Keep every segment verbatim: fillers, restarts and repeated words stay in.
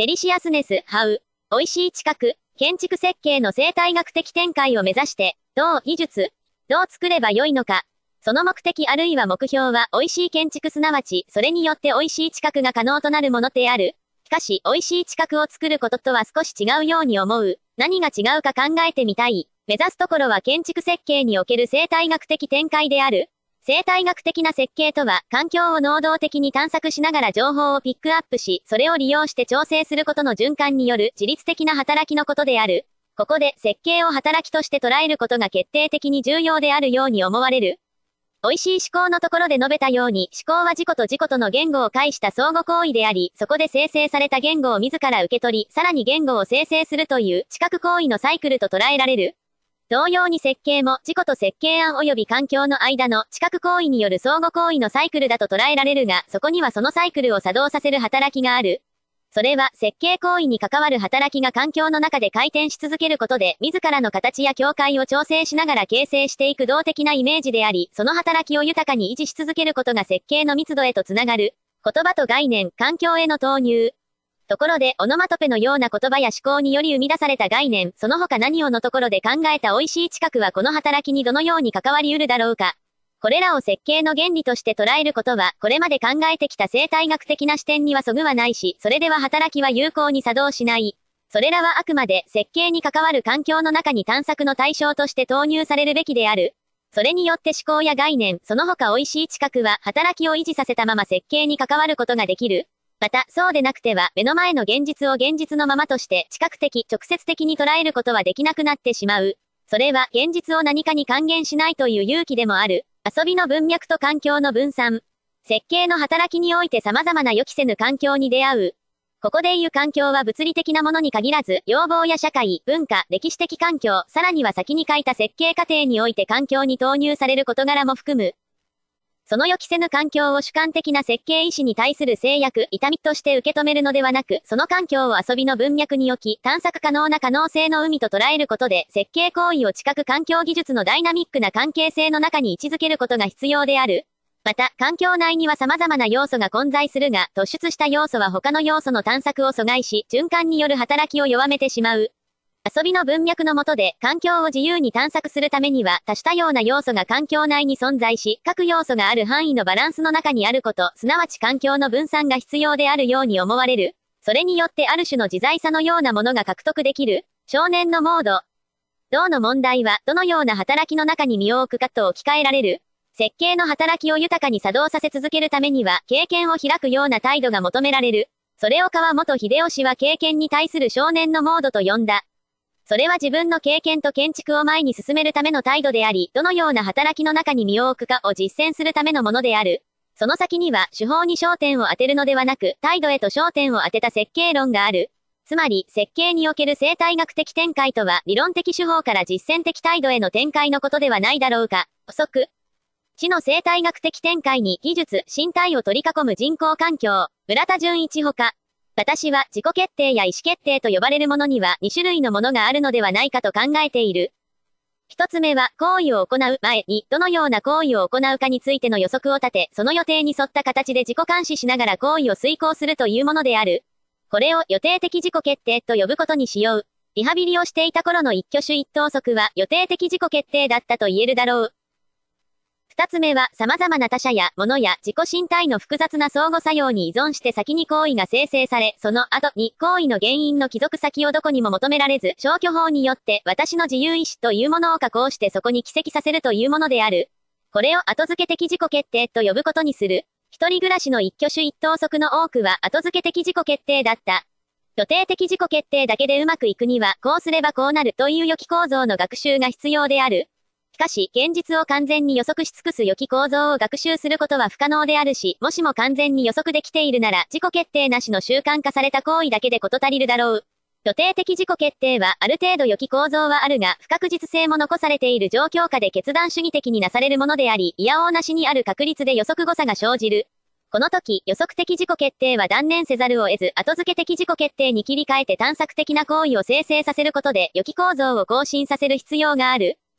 デリシアスネス、ハウ。美味しい知覚、建築設計の生態学的展開を目指して、どう技術、どう作ればよいのか。その目的あるいは目標は美味しい建築すなわち、それによって美味しい知覚が可能となるものである。しかし、美味しい知覚を作ることとは少し違うように思う。何が違うか考えてみたい。目指すところは建築設計における生態学的展開である。生態学的な設計とは、環境を能動的に探索しながら情報をピックアップし、それを利用して調整することの循環による自律的な働きのことである。ここで設計を働きとして捉えることが決定的に重要であるように思われる。美味しい思考のところで述べたように、思考は自己と自己との言語を介した相互行為であり、そこで生成された言語を自ら受け取り、さらに言語を生成するという知覚行為のサイクルと捉えられる。同様に設計も自己と設計案及び環境の間の知覚行為による相互行為のサイクルだと捉えられるが、そこにはそのサイクルを作動させる働きがある。それは設計行為に関わる働きが環境の中で回転し続けることで、自らの形や境界を調整しながら形成していく動的なイメージであり、その働きを豊かに維持し続けることが設計の密度へとつながる。言葉と概念、環境への投入。ところで、オノマトペのような言葉や思考により生み出された概念、その他何をのところで考えた美味しい知覚はこの働きにどのように関わり得るだろうか。これらを設計の原理として捉えることは、これまで考えてきた生態学的な視点にはそぐわないし、それでは働きは有効に作動しない。それらはあくまで設計に関わる環境の中に探索の対象として投入されるべきである。それによって思考や概念、その他美味しい知覚は働きを維持させたまま設計に関わることができる。また、そうでなくては、目の前の現実を現実のままとして、知覚的、直接的に捉えることはできなくなってしまう。それは、現実を何かに還元しないという勇気でもある。遊びの文脈と環境の分散。設計の働きにおいて様々な予期せぬ環境に出会う。ここでいう環境は物理的なものに限らず、要望や社会、文化、歴史的環境、さらには先に書いた設計過程において環境に投入される事柄も含む。その予期せぬ環境を主観的な設計意思に対する制約、痛みとして受け止めるのではなく、その環境を遊びの文脈に置き、探索可能な可能性の海と捉えることで、設計行為を知覚環境技術のダイナミックな関係性の中に位置づけることが必要である。また、環境内には様々な要素が混在するが、突出した要素は他の要素の探索を阻害し、循環による働きを弱めてしまう。遊びの文脈の下で環境を自由に探索するためには多種多様な要素が環境内に存在し、各要素がある範囲のバランスの中にあること、すなわち環境の分散が必要であるように思われる。それによってある種の自在さのようなものが獲得できる。少年のモード。銅の問題はどのような働きの中に身を置くかと置き換えられる。設計の働きを豊かに作動させ続けるためには経験を開くような態度が求められる。それを川本秀夫氏は経験に対する少年のモードと呼んだ。それは自分の経験と建築を前に進めるための態度であり、どのような働きの中に身を置くかを実践するためのものである。その先には手法に焦点を当てるのではなく、態度へと焦点を当てた設計論がある。つまり、設計における生態学的展開とは、理論的手法から実践的態度への展開のことではないだろうか。補足。知の生態学的展開に技術、身体を取り囲む人工環境、村田純一ほか。私は自己決定や意思決定と呼ばれるものにはに種類のものがあるのではないかと考えている。一つ目は行為を行う前にどのような行為を行うかについての予測を立て、その予定に沿った形で自己監視しながら行為を遂行するというものである。これを予定的自己決定と呼ぶことにしよう。リハビリをしていた頃の一挙手一投足は予定的自己決定だったと言えるだろう。二つ目は様々な他者や物や自己身体の複雑な相互作用に依存して先に行為が生成され、その後に行為の原因の帰属先をどこにも求められず、消去法によって私の自由意志というものを加工してそこに帰積させるというものである。これを後付け的自己決定と呼ぶことにする。一人暮らしの一挙手一投足の多くは後付け的自己決定だった。予定的自己決定だけでうまくいくには、こうすればこうなるという予期構造の学習が必要である。しかし、現実を完全に予測し尽くす予期構造を学習することは不可能であるし、もしも完全に予測できているなら、自己決定なしの習慣化された行為だけで事足りるだろう。予定的自己決定は、ある程度予期構造はあるが、不確実性も残されている状況下で決断主義的になされるものであり、いやおうなしにある確率で予測誤差が生じる。この時、予測的自己決定は断念せざるを得ず、後付け的自己決定に切り替えて探索的な行為を生成させることで、予期構造を更新させる必要がある。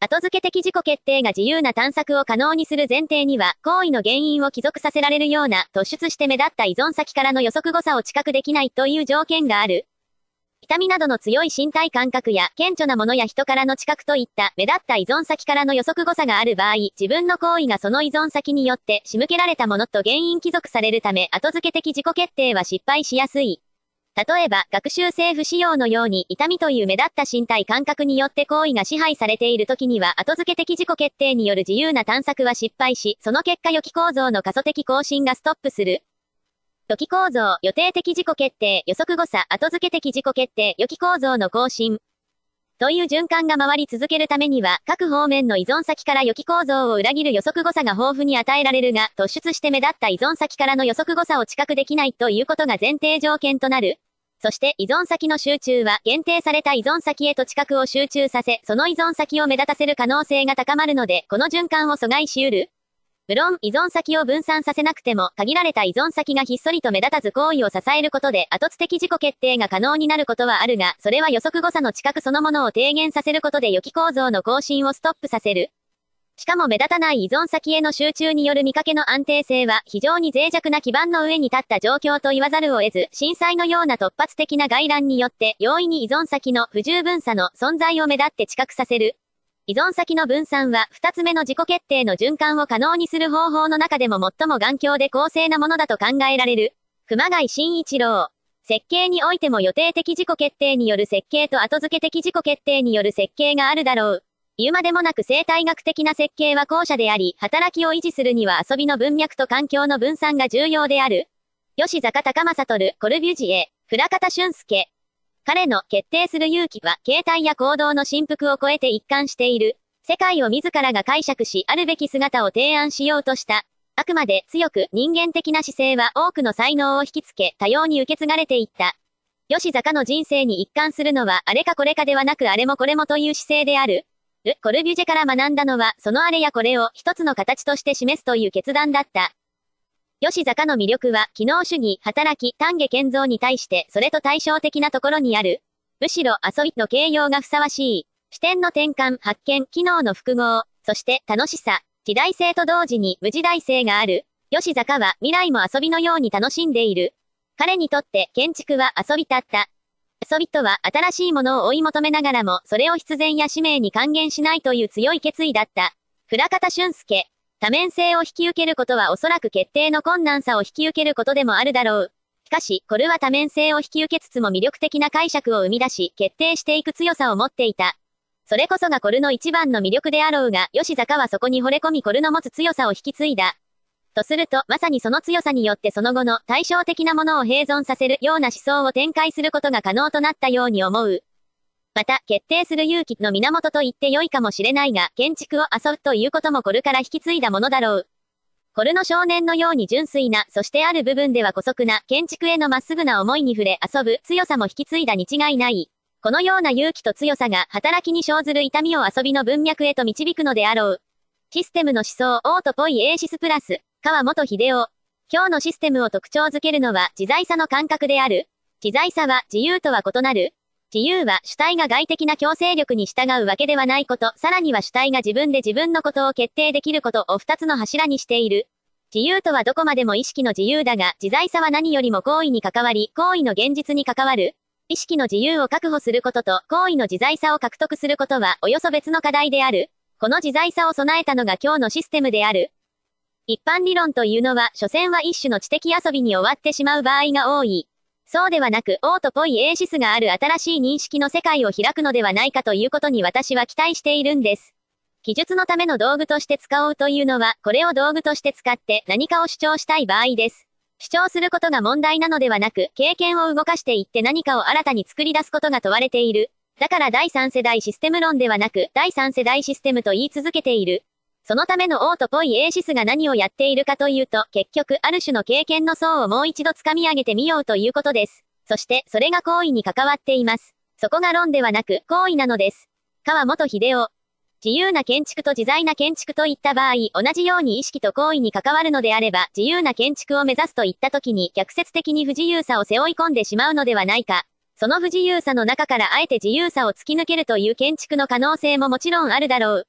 後付け的自己決定が自由な探索を可能にする前提には、行為の原因を帰属させられるような突出して目立った依存先からの予測誤差を知覚できないという条件がある。痛みなどの強い身体感覚や顕著なものや人からの知覚といった目立った依存先からの予測誤差がある場合、自分の行為がその依存先によって仕向けられたものと原因帰属されるため、後付け的自己決定は失敗しやすい。例えば、学習性不使用のように痛みという目立った身体感覚によって行為が支配されているときには、後付け的自己決定による自由な探索は失敗し、その結果予期構造の可塑的更新がストップする。予期構造、予定的自己決定、予測誤差、後付け的自己決定、予期構造の更新。という循環が回り続けるためには、各方面の依存先から予期構造を裏切る予測誤差が豊富に与えられるが、突出して目立った依存先からの予測誤差を知覚できないということが前提条件となる。そして依存先の集中は限定された依存先へと知覚を集中させ、その依存先を目立たせる可能性が高まるので、この循環を阻害し得る。無論、依存先を分散させなくても、限られた依存先がひっそりと目立たず行為を支えることで、後付的自己決定が可能になることはあるが、それは予測誤差の知覚そのものを低減させることで予期構造の更新をストップさせる。しかも目立たない依存先への集中による見かけの安定性は、非常に脆弱な基盤の上に立った状況と言わざるを得ず、震災のような突発的な概覧によって、容易に依存先の不十分さの存在を目立って知覚させる。依存先の分散は、二つ目の自己決定の循環を可能にする方法の中でも最も頑強で公正なものだと考えられる。熊谷慎一郎。設計においても予定的自己決定による設計と後付け的自己決定による設計があるだろう。言うまでもなく生態学的な設計は後者であり、働きを維持するには遊びの文脈と環境の分散が重要である。吉坂隆正徹、コルビュジエ、倉方俊介。彼の決定する勇気は、形態や行動の振幅を超えて一貫している。世界を自らが解釈し、あるべき姿を提案しようとした。あくまで強く人間的な姿勢は多くの才能を引きつけ、多様に受け継がれていった。吉坂の人生に一貫するのは、あれかこれかではなくあれもこれもという姿勢である。ル・コルビュジェから学んだのは、そのあれやこれを一つの形として示すという決断だった。吉坂の魅力は、機能主義、働き、丹下健三に対して、それと対照的なところにある。むしろ遊びの形容がふさわしい。視点の転換、発見、機能の複合、そして楽しさ、時代性と同時に無時代性がある。吉坂は未来も遊びのように楽しんでいる。彼にとって建築は遊びだった。遊びとは新しいものを追い求めながらも、それを必然や使命に還元しないという強い決意だった。倉方俊介。多面性を引き受けることはおそらく決定の困難さを引き受けることでもあるだろう。しかし、コルは多面性を引き受けつつも魅力的な解釈を生み出し、決定していく強さを持っていた。それこそがコルの一番の魅力であろうが、吉坂はそこに惚れ込みコルの持つ強さを引き継いだ。とすると、まさにその強さによってその後の対照的なものを併存させるような思想を展開することが可能となったように思う。また、決定する勇気の源と言って良いかもしれないが、建築を遊ぶということもコルから引き継いだものだろう。コルの少年のように純粋な、そしてある部分では姑息な、建築へのまっすぐな思いに触れ遊ぶ強さも引き継いだに違いない。このような勇気と強さが、働きに生ずる痛みを遊びの文脈へと導くのであろう。システムの思想、オートポイエーシスプラス、川本秀夫。今日のシステムを特徴づけるのは、自在さの感覚である。自在さは、自由とは異なる。自由は主体が外的な強制力に従うわけではないこと、さらには主体が自分で自分のことを決定できることを二つの柱にしている。自由とはどこまでも意識の自由だが、自在さは何よりも行為に関わり、行為の現実に関わる。意識の自由を確保することと、行為の自在さを獲得することは、およそ別の課題である。この自在さを備えたのが今日のシステムである。一般理論というのは、所詮は一種の知的遊びに終わってしまう場合が多い。そうではなく、オートポイエーシスがある新しい認識の世界を開くのではないかということに私は期待しているんです。記述のための道具として使おうというのは、これを道具として使って何かを主張したい場合です。主張することが問題なのではなく、経験を動かしていって何かを新たに作り出すことが問われている。だから第三世代システム論ではなく、第三世代システムと言い続けている。そのためのオートポイエーシスが何をやっているかというと、結局、ある種の経験の層をもう一度掴み上げてみようということです。そして、それが行為に関わっています。そこが論ではなく、行為なのです。川本秀夫。自由な建築と自在な建築といった場合、同じように意識と行為に関わるのであれば、自由な建築を目指すといったときに、逆説的に不自由さを背負い込んでしまうのではないか。その不自由さの中からあえて自由さを突き抜けるという建築の可能性ももちろんあるだろう。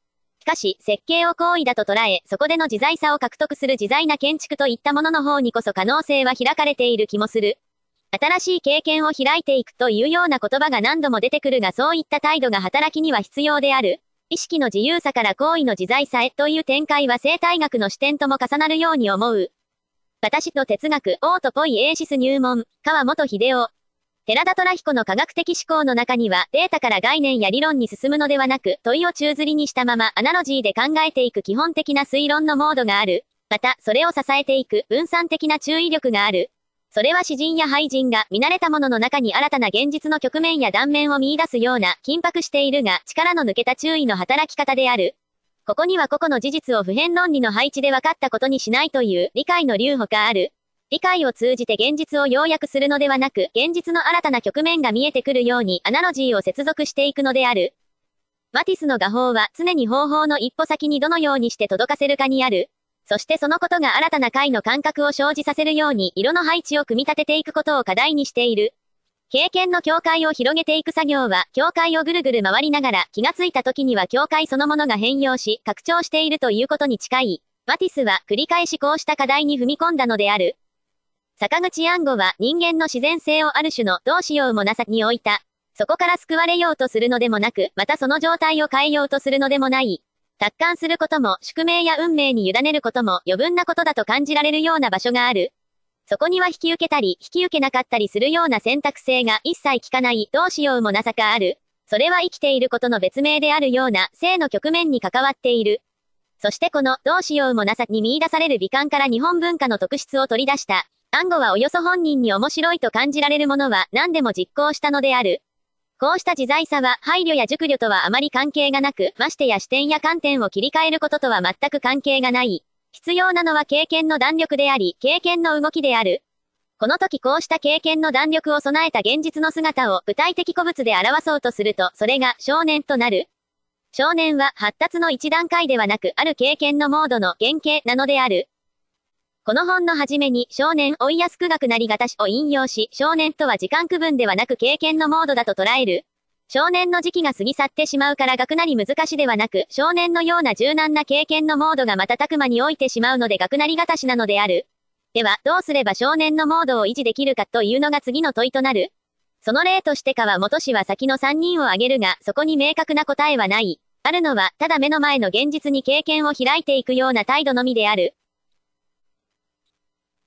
しかし、設計を行為だと捉え、そこでの自在さを獲得する自在な建築といったものの方にこそ可能性は開かれている気もする。新しい経験を開いていくというような言葉が何度も出てくるがそういった態度が働きには必要である。意識の自由さから行為の自在さへという展開は生態学の視点とも重なるように思う。私と哲学、オートポイエーシス入門、川本秀夫。寺田虎彦の科学的思考の中にはデータから概念や理論に進むのではなく問いを宙吊りにしたままアナロジーで考えていく基本的な推論のモードがある。また、それを支えていく分散的な注意力がある。それは詩人や俳人が見慣れたものの中に新たな現実の局面や断面を見出すような緊迫しているが力の抜けた注意の働き方である。ここには個々の事実を普遍論理の配置で分かったことにしないという理解の流歩がある。理解を通じて現実を要約するのではなく、現実の新たな局面が見えてくるようにアナロジーを接続していくのである。マティスの画法は常に方法の一歩先にどのようにして届かせるかにある。そしてそのことが新たな解の感覚を生じさせるように色の配置を組み立てていくことを課題にしている。経験の境界を広げていく作業は、境界をぐるぐる回りながら気がついた時には境界そのものが変容し、拡張しているということに近い。マティスは繰り返しこうした課題に踏み込んだのである。坂口安吾は人間の自然性をある種のどうしようもなさに置いた。そこから救われようとするのでもなく、またその状態を変えようとするのでもない。達観することも宿命や運命に委ねることも余分なことだと感じられるような場所がある。そこには引き受けたり引き受けなかったりするような選択性が一切効かないどうしようもなさがある。それは生きていることの別名であるような生の局面に関わっている。そしてこのどうしようもなさに見出される美観から日本文化の特質を取り出した。安吾はおよそ本人に面白いと感じられるものは何でも実行したのである。こうした自在さは配慮や熟慮とはあまり関係がなく、ましてや視点や観点を切り替えることとは全く関係がない。必要なのは経験の弾力であり、経験の動きである。この時こうした経験の弾力を備えた現実の姿を具体的個物で表そうとすると、それが少年となる。少年は発達の一段階ではなく、ある経験のモードの原型なのである。この本の初めに少年追いやすく学なりがたしを引用し、少年とは時間区分ではなく経験のモードだと捉える。少年の時期が過ぎ去ってしまうから学なり難しではなく、少年のような柔軟な経験のモードが瞬く間に置いてしまうので学なりがたしなのである。では、どうすれば少年のモードを維持できるかというのが次の問いとなる。その例として川本氏は先のさんにんを挙げるが、そこに明確な答えはない。あるのは、ただ目の前の現実に経験を開いていくような態度のみである。